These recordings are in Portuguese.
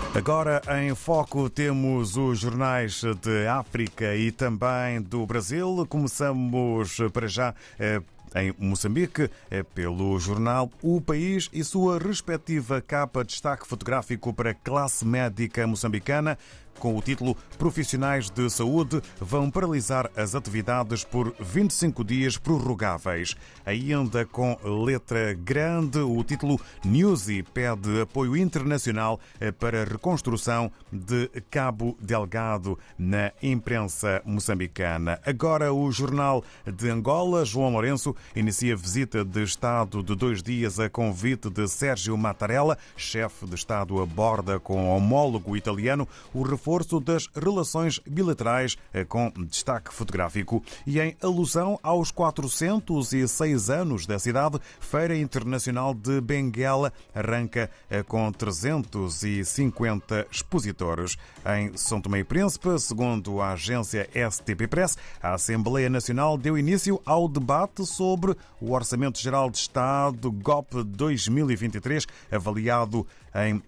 Agora em foco temos os jornais de África e também do Brasil. Começamos para já em Moçambique, pelo jornal O País e sua respectiva capa de destaque fotográfico para a classe médica moçambicana, com o título "Profissionais de Saúde vão paralisar as atividades por 25 dias prorrogáveis". Ainda com letra grande, o título "Newsy pede apoio internacional para a reconstrução de Cabo Delgado na imprensa moçambicana". Agora o jornal de Angola, João Lourenço, inicia visita de Estado de 2 dias a convite de Sérgio Mattarella. Chefe de Estado aborda com homólogo italiano o reforço das relações bilaterais, com destaque fotográfico. E em alusão aos 406 anos da cidade, Feira Internacional de Benguela arranca com 350 expositores. Em São Tomé e Príncipe, segundo a agência STP Press, a Assembleia Nacional deu início ao debate sobre o Orçamento Geral de Estado GOP 2023, avaliado em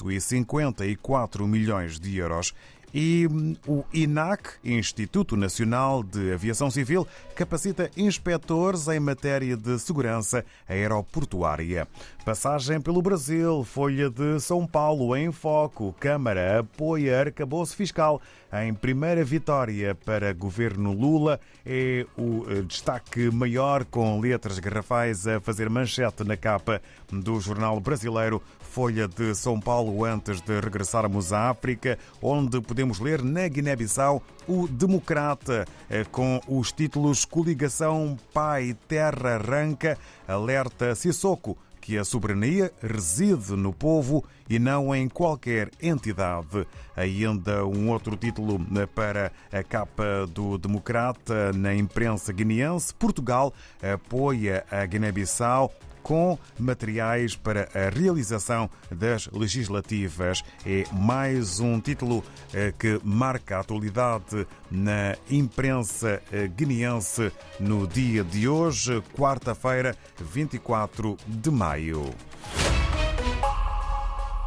154 milhões de euros. E o INAC, Instituto Nacional de Aviação Civil, capacita inspectores em matéria de segurança aeroportuária. Passagem pelo Brasil, Folha de São Paulo em foco. Câmara apoia arcabouço fiscal. Em primeira vitória para governo Lula, é o destaque maior, com letras garrafais a fazer manchete na capa do jornal brasileiro Folha de São Paulo, antes de regressarmos à África, onde podemos ler na Guiné-Bissau o Democrata, com os títulos "Coligação Pai Terra Arranca", alerta Sissoko que a soberania reside no povo e não em qualquer entidade. Ainda um outro título para a capa do Democrata na imprensa guineense: Portugal apoia a Guiné-Bissau com materiais para a realização das legislativas. É mais um título que marca a atualidade na imprensa guineense no dia de hoje, quarta-feira, 24 de maio.